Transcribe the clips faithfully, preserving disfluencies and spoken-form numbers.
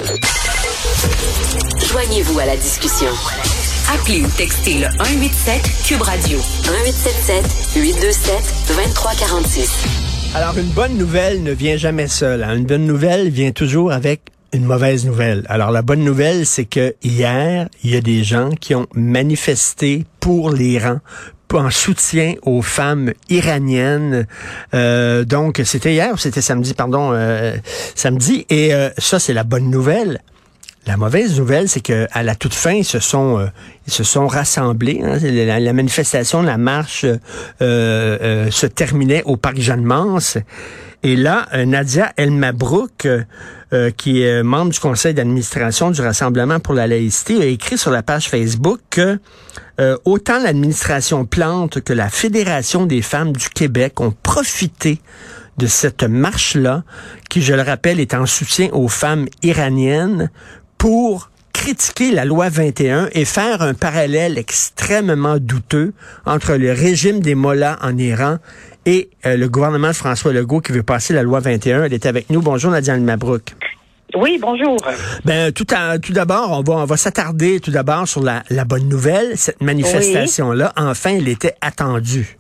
Joignez-vous à la discussion. Appelez ou textez le un huit sept Cube Radio. un huit sept sept huit deux sept deux trois quatre six. Alors, une bonne nouvelle ne vient jamais seule. Hein. Une bonne nouvelle vient toujours avec une mauvaise nouvelle. Alors, la bonne nouvelle, c'est que hier, il y a des gens qui ont manifesté pour l'Iran, en soutien aux femmes iraniennes. Euh, donc, c'était hier ou c'était samedi, pardon, euh, samedi. Et euh, ça, c'est la bonne nouvelle. La mauvaise nouvelle, c'est que à la toute fin, ils se sont euh, ils se sont rassemblés. Hein. La, la manifestation, la marche euh, euh, se terminait au parc Jeanne-Mance. Et là, Nadia El Mabrouk, euh, qui est membre du conseil d'administration du Rassemblement pour la laïcité, a écrit sur la page Facebook que euh, autant l'administration Plante que la Fédération des femmes du Québec ont profité de cette marche-là, qui, je le rappelle, est en soutien aux femmes iraniennes, pour critiquer la loi vingt et un et faire un parallèle extrêmement douteux entre le régime des mollahs en Iran et euh, le gouvernement de François Legault qui veut passer la loi vingt et un. Elle est avec nous. Bonjour, Nadia El Mabrouk. Oui, bonjour. Ben, tout, à, tout d'abord, on va, on va s'attarder tout d'abord sur la, la bonne nouvelle. Cette manifestation-là, oui. Enfin, elle était attendue.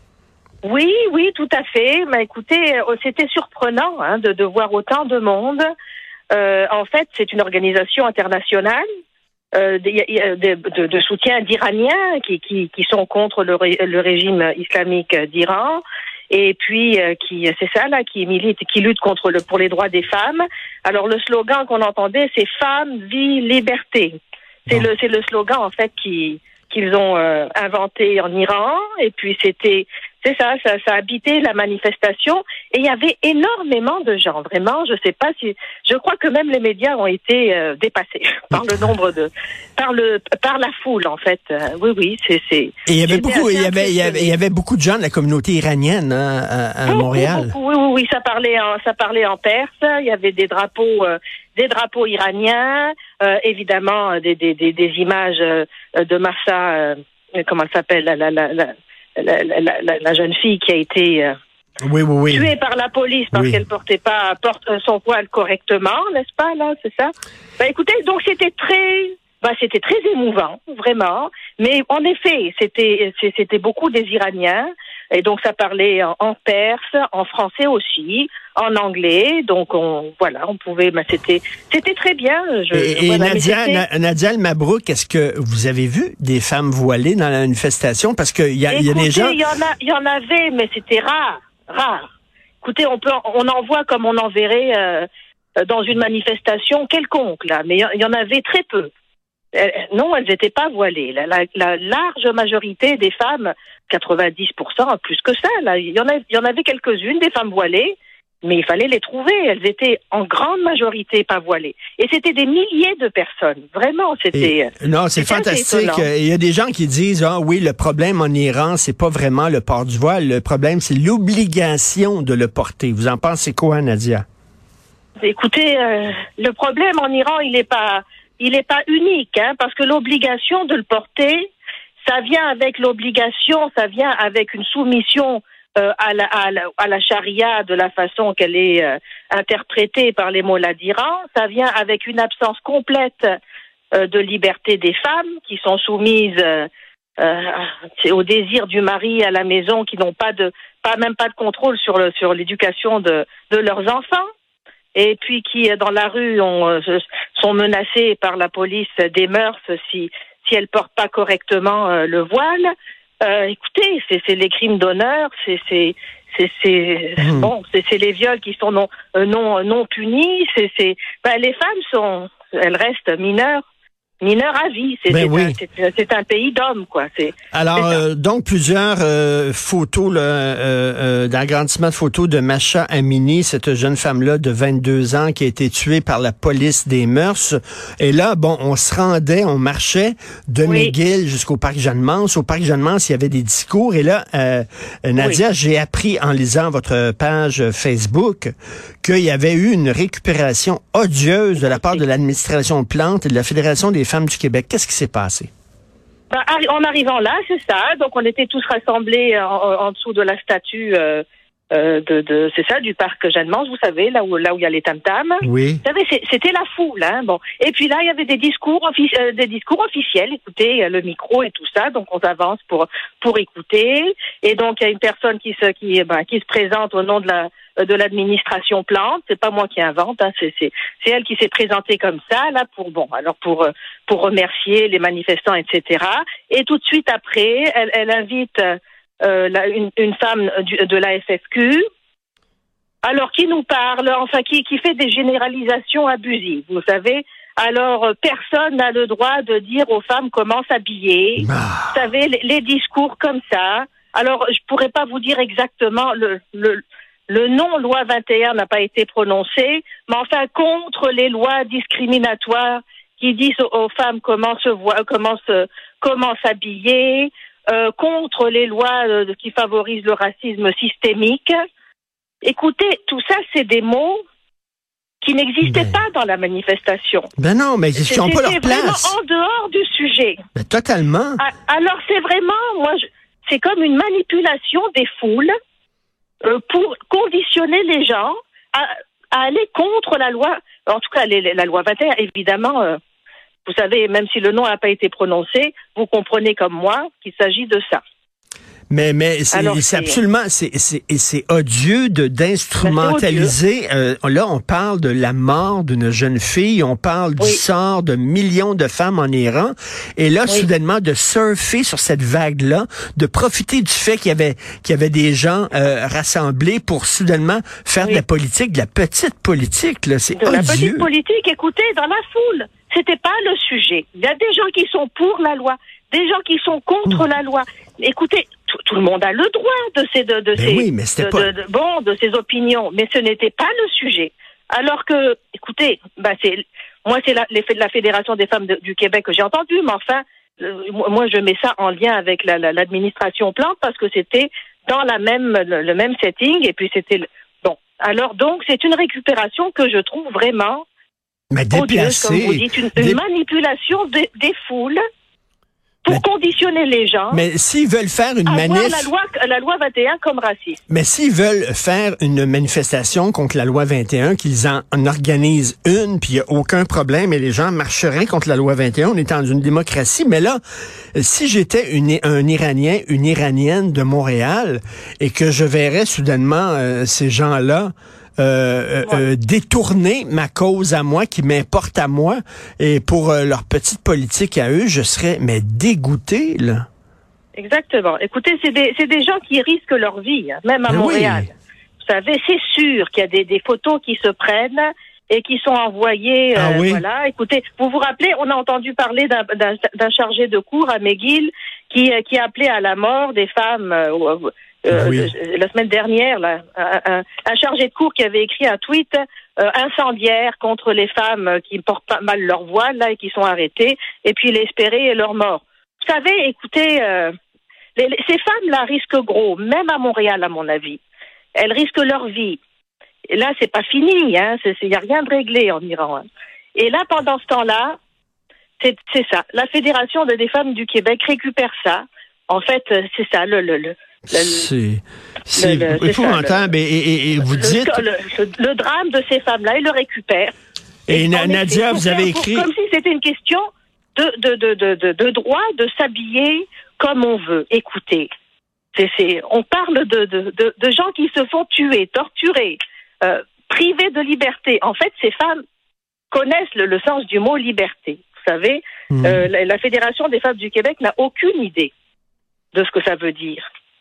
Oui, oui, tout à fait. Mais écoutez, c'était surprenant hein, de, de voir autant de monde. Euh, en fait, c'est une organisation internationale euh, de, de, de, de soutien d'Iraniens qui, qui, qui sont contre le, le régime islamique d'Iran, et puis euh, qui, c'est ça là, qui milite, qui lutte contre le pour les droits des femmes. Alors le slogan qu'on entendait, c'est "Femmes, vie, liberté". C'est bon. le, c'est le slogan en fait qui qu'ils ont euh, inventé en Iran, et puis c'était C'est ça, ça, ça a habité la manifestation, et il y avait énormément de gens, vraiment. Je sais pas si, je crois que même les médias ont été euh, dépassés par le nombre de, par le, par la foule en fait. Euh, oui, oui, c'est, c'est. Et il y avait beaucoup, il y avait, il y avait, il y avait beaucoup de gens de la communauté iranienne hein, à, à beaucoup, Montréal. Beaucoup, oui, oui, oui, ça parlait, en, ça parlait en perse. Il y avait des drapeaux, euh, des drapeaux iraniens, euh, évidemment des, des, des, des images euh, de Mahsa, euh, comment elle s'appelle, la, la, la, la La, la, la, la jeune fille qui a été euh, oui, oui, oui. tuée par la police parce oui. qu'elle portait pas porte son voile correctement, n'est-ce pas là, c'est ça? Bah écoutez, donc c'était très, bah c'était très émouvant, vraiment. Mais en effet, c'était c'était beaucoup des Iraniens, et donc ça parlait en, en perse, en français aussi, en anglais. Donc on voilà, on pouvait, bah c'était c'était très bien. Je, et voilà, et Nadia, Na, Nadia El Mabrouk, est-ce que vous avez vu des femmes voilées dans la manifestation? Parce qu'il y a, il y a des gens. Il y en a, il y en avait, mais c'était rare, rare. Écoutez, on peut, on en voit comme on en verrait euh, dans une manifestation quelconque là, mais il y en avait très peu. Non, elles n'étaient pas voilées. La, la, la large majorité des femmes, quatre-vingt-dix pour cent, plus que ça, là, il y en a, il y en avait quelques-unes des femmes voilées, mais il fallait les trouver. Elles étaient en grande majorité pas voilées. Et c'était des milliers de personnes. Vraiment, c'était... Et, non, c'est fantastique. Il y a des gens qui disent, ah oui, le problème en Iran, c'est pas vraiment le port du voile. Le problème, c'est l'obligation de le porter. Vous en pensez quoi, Nadia? Écoutez, euh, le problème en Iran, il n'est pas... il n'est pas unique, hein, parce que l'obligation de le porter, ça vient avec l'obligation, ça vient avec une soumission euh, à, la, à, la, à la charia de la façon qu'elle est euh, interprétée par les mollahs d'Iran, ça vient avec une absence complète euh, de liberté des femmes qui sont soumises euh, euh, au désir du mari à la maison, qui n'ont pas de, pas même pas de contrôle sur le, sur l'éducation de, de leurs enfants. Et puis qui, dans la rue, ont, euh, sont menacées par la police des mœurs si si elles portent pas correctement euh, le voile. Euh, écoutez, c'est, c'est les crimes d'honneur, c'est c'est c'est, c'est mmh. bon, c'est, c'est les viols qui sont non euh, non non punis. C'est c'est ben, les femmes sont, elles restent mineures. Mineur à vie, c'est, ben c'est, oui. un, c'est, c'est un pays d'hommes, quoi. C'est, Alors, c'est euh, donc, plusieurs euh, photos, là, euh, euh, d'agrandissement de photos de Masha Amini, cette jeune femme-là de vingt-deux ans qui a été tuée par la police des mœurs. Et là, bon, on se rendait, on marchait de oui. McGill jusqu'au parc Jeanne-Mance. Au parc Jeanne-Mance, il y avait des discours. Et là, euh, Nadia, oui. j'ai appris en lisant votre page Facebook qu'il y avait eu une récupération odieuse de la part de l'administration Plante et de la Fédération des femmes du Québec. Qu'est-ce qui s'est passé? Ben, en arrivant là, c'est ça. Donc, on était tous rassemblés en, en dessous de la statue euh, Euh, de, de, c'est ça, du parc Jeanne-Mance, vous savez, là où là où il y a les tam-tams. Oui. Vous savez, c'est, c'était la foule, hein. Bon. Et puis là, il y avait des discours, offic- euh, des discours officiels. Écoutez, le micro et tout ça. Donc on s'avance pour pour écouter. Et donc il y a une personne qui se qui ben, qui se présente au nom de la de l'administration Plante. C'est pas moi qui invente, hein. C'est c'est c'est elle qui s'est présentée comme ça là pour bon alors pour pour remercier les manifestants, et cetera. Et tout de suite après, elle elle invite Euh, la, une, une femme du, de la F F Q, alors qui nous parle, enfin qui, qui fait des généralisations abusives, vous savez. Alors euh, personne n'a le droit de dire aux femmes comment s'habiller. Ah. Vous savez, les, les discours comme ça. Alors je pourrais pas vous dire exactement le le le nom loi vingt et un n'a pas été prononcé, mais enfin contre les lois discriminatoires qui disent aux, aux femmes comment se voir, comment se comment s'habiller. Euh, contre les lois euh, qui favorisent le racisme systémique. Écoutez, tout ça, c'est des mots qui n'existaient ben, pas dans la manifestation. Ben non, mais ils n'ont pas leur place. C'est vraiment en dehors du sujet. Ben totalement. Alors, c'est vraiment, moi, je, c'est comme une manipulation des foules euh, pour conditionner les gens à, à aller contre la loi, en tout cas, les, la loi vingt et un, évidemment... Euh, Vous savez, même si le nom n'a pas été prononcé, vous comprenez comme moi qu'il s'agit de ça. Mais mais c'est, Alors, c'est, c'est absolument c'est c'est c'est odieux de d'instrumentaliser. Ben, euh, là, on parle de la mort d'une jeune fille, on parle oui. du sort de millions de femmes en Iran, et là, oui. soudainement, de surfer sur cette vague-là, de profiter du fait qu'il y avait qu'il y avait des gens euh, rassemblés pour soudainement faire oui. de la politique, de la petite politique. Là, c'est de odieux. La petite politique. Écoutez, dans la foule, c'était pas le sujet. Il y a des gens qui sont pour la loi, des gens qui sont contre mmh. la loi. Écoutez. Tout, tout le monde a le droit de ces de, de ces oui, mais c'était de, pas... de, de, bon de ses opinions, mais ce n'était pas le sujet. Alors que, écoutez, bah c'est moi c'est la, l'effet de la Fédération des femmes de, du Québec que j'ai entendu, mais enfin, euh, moi je mets ça en lien avec la, la, l'administration Plante parce que c'était dans la même le, le même setting et puis c'était le, bon. Alors donc c'est une récupération que je trouve vraiment mais déplacée, comme vous dites, une, une Dé... manipulation des, des foules. Pour mais, conditionner les gens. Mais s'ils veulent faire une manif, la loi, la loi vingt et un comme raciste. Mais s'ils veulent faire une manifestation contre la loi vingt et un, qu'ils en, en organisent une, puis il n'y a aucun problème, et les gens marcheraient contre la loi vingt et un. On est dans une démocratie. Mais là, si j'étais une, un Iranien, une Iranienne de Montréal, et que je verrais soudainement euh, ces gens-là Euh, ouais. euh, détourner ma cause à moi, qui m'importe à moi, et pour euh, leur petite politique à eux, je serais mais dégoûté, là. Exactement. Écoutez, c'est des c'est des gens qui risquent leur vie, hein, même à mais Montréal. Oui. Vous savez, c'est sûr qu'il y a des, des photos qui se prennent et qui sont envoyées. Ah euh, oui. Voilà. Écoutez, vous vous rappelez, on a entendu parler d'un, d'un, d'un chargé de cours à McGill qui qui appelait à la mort des femmes. Euh, Euh, oui. de, la semaine dernière, là, un, un, un chargé de cours qui avait écrit un tweet euh, incendiaire contre les femmes qui portent pas mal leur voile là et qui sont arrêtées, et puis il espérait leur mort. Vous savez, écoutez, euh, les, les, ces femmes-là risquent gros, même à Montréal, à mon avis. Elles risquent leur vie. Et là, c'est pas fini, hein. Il y a rien de réglé en Iran. Hein. Et là, pendant ce temps-là, c'est, c'est ça. La Fédération des femmes du Québec récupère ça. En fait, c'est ça, le le le. Le, c'est c'est le, le, épouvantable. Et, et, et vous le, dites... Le, le, le drame de ces femmes-là, ils le récupèrent. Et, et Nadia, vous avez pour, écrit... Comme si c'était une question de, de, de, de, de, de droit de s'habiller comme on veut. Écoutez, c'est, c'est, on parle de, de, de, de gens qui se font tuer, torturer, euh, privés de liberté. En fait, ces femmes connaissent le, le sens du mot liberté. Vous savez, mmh. euh, la, la Fédération des femmes du Québec n'a aucune idée de ce que ça veut dire.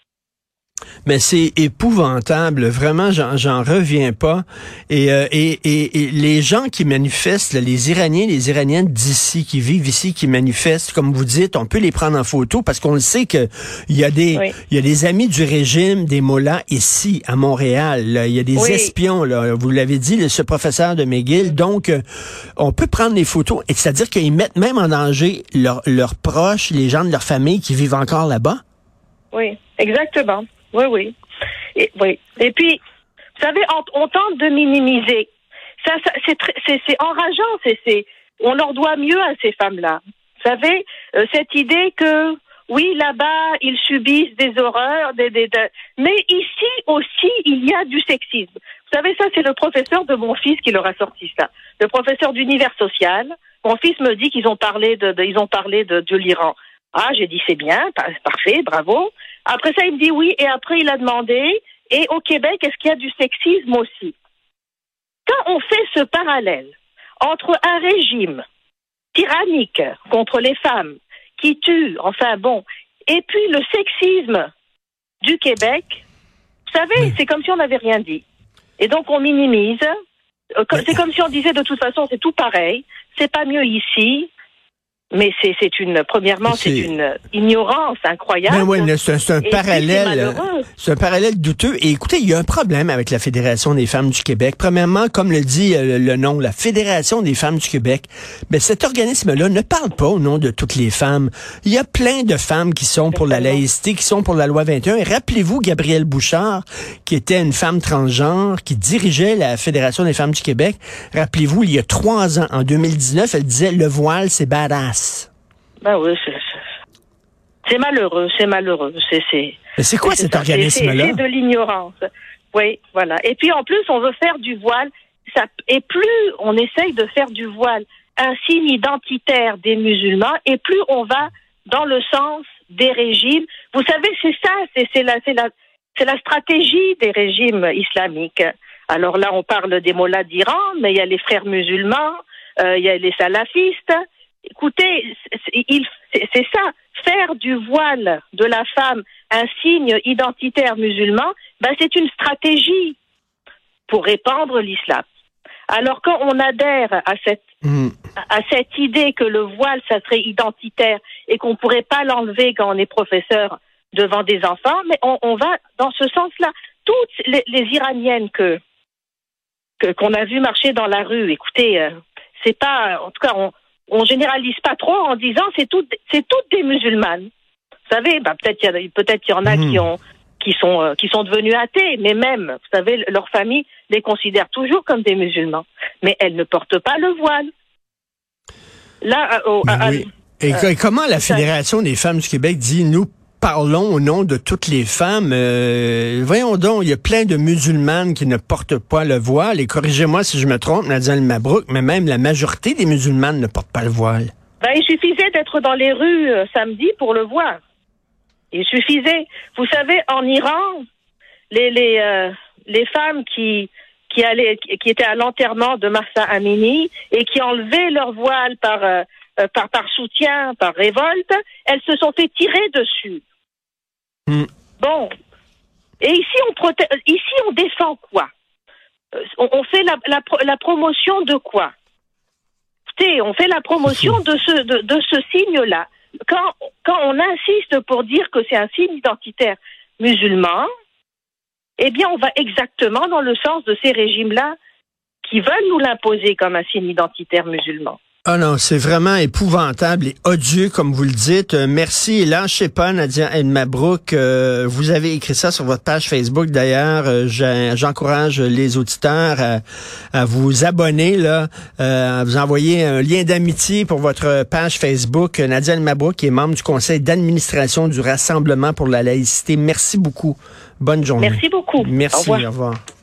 Mais c'est épouvantable, vraiment, j'en, j'en reviens pas. Et, euh, et, et, et les gens qui manifestent, là, les Iraniens, les Iraniennes d'ici, qui vivent ici, qui manifestent, comme vous dites, on peut les prendre en photo parce qu'on le sait que il y a des, oui. il y a des amis du régime, des mollahs ici à Montréal. Là. Il y a des oui. espions, là. Vous l'avez dit, ce professeur de McGill. Donc, euh, on peut prendre des photos, et c'est-à-dire qu'ils mettent même en danger leurs leurs proches, les gens de leur famille qui vivent encore là-bas. Oui, exactement. Oui, oui. Et, oui. Et puis, vous savez, on, on tente de minimiser. Ça, ça c'est, très, c'est, c'est enrageant. C'est, c'est, on leur doit mieux à ces femmes-là. Vous savez, euh, cette idée que oui, là-bas, ils subissent des horreurs, des, des, des... mais ici aussi, il y a du sexisme. Vous savez, ça, c'est le professeur de mon fils qui leur a sorti ça. Le professeur d'univers social. Mon fils me dit qu'ils ont parlé de, de ils ont parlé de, de l'Iran. Ah, j'ai dit c'est bien, parfait, bravo. Après ça, il me dit oui, et après il a demandé, et au Québec, est-ce qu'il y a du sexisme aussi? Quand on fait ce parallèle entre un régime tyrannique contre les femmes, qui tue, enfin bon, et puis le sexisme du Québec, vous savez, oui. C'est comme si on n'avait rien dit. Et donc on minimise, c'est comme si on disait de toute façon c'est tout pareil, c'est pas mieux ici. Mais c'est, c'est une, premièrement, c'est, c'est une ignorance incroyable. Ben oui, c'est un, c'est un parallèle, c'est, c'est un parallèle douteux. Et écoutez, il y a un problème avec la Fédération des femmes du Québec. Premièrement, comme le dit le, le nom, la Fédération des femmes du Québec, ben cet organisme-là ne parle pas au nom de toutes les femmes. Il y a plein de femmes qui sont pour la laïcité, qui sont pour la loi vingt et un. Et rappelez-vous Gabrielle Bouchard, qui était une femme transgenre, qui dirigeait la Fédération des femmes du Québec. Rappelez-vous, il y a trois ans, en deux mille dix-neuf, elle disait le voile, c'est badass. Ben oui, c'est, c'est malheureux, c'est malheureux. C'est, c'est, Mais c'est quoi c'est cet ça, organisme-là? C'est, c'est de l'ignorance. Oui, voilà. Et puis en plus, on veut faire du voile. Ça, et plus on essaye de faire du voile un signe identitaire des musulmans, et plus on va dans le sens des régimes. Vous savez, c'est ça, c'est, c'est, la, c'est, la, c'est la stratégie des régimes islamiques. Alors là, on parle des mollahs d'Iran, mais il y a les frères musulmans, euh, il y a les salafistes. Écoutez, c'est, c'est ça, faire du voile de la femme un signe identitaire musulman, ben c'est une stratégie pour répandre l'islam. Alors quand on adhère à cette mmh. à cette idée que le voile ça serait identitaire et qu'on pourrait pas l'enlever quand on est professeur devant des enfants, mais on, on va dans ce sens-là. Toutes les, les Iraniennes que, que qu'on a vu marcher dans la rue, écoutez, euh, c'est pas, en tout cas on on généralise pas trop en disant c'est toutes c'est toutes des musulmanes. Vous savez, bah peut-être il y a peut-être il y en a mmh. qui ont qui sont euh, qui sont devenus athées, mais même, vous savez, leur famille les considère toujours comme des musulmans, mais elles ne portent pas le voile. Là, euh, à, oui. Et euh, comment la Fédération des femmes du Québec dit nous parlons au nom de toutes les femmes. Euh, voyons donc, il y a plein de musulmanes qui ne portent pas le voile. Et corrigez-moi si je me trompe, Nadia El Mabrouk, mais même la majorité des musulmanes ne portent pas le voile. Ben, il suffisait d'être dans les rues euh, samedi pour le voir. Il suffisait. Vous savez, en Iran, les les euh, les femmes qui qui allaient qui étaient à l'enterrement de Mahsa Amini et qui enlevaient leur voile par euh, par par soutien, par révolte, elles se sont fait tirer dessus. Mmh. Bon, et ici on proté- ici on défend quoi? on, on fait la, la, la promotion de quoi? Écoutez, on fait la promotion de ce de, de ce signe-là. Quand quand on insiste pour dire que c'est un signe identitaire musulman, eh bien on va exactement dans le sens de ces régimes-là qui veulent nous l'imposer comme un signe identitaire musulman. Ah non, c'est vraiment épouvantable et odieux, comme vous le dites. Euh, merci. Et lâchez pas, Nadia El Mabrouk. Euh, vous avez écrit ça sur votre page Facebook, d'ailleurs. Euh, j'encourage les auditeurs à, à vous abonner, là, euh, à vous envoyer un lien d'amitié pour votre page Facebook. Nadia El Mabrouk, qui est membre du conseil d'administration du Rassemblement pour la laïcité. Merci beaucoup. Bonne journée. Merci beaucoup. Merci, au revoir. Au revoir.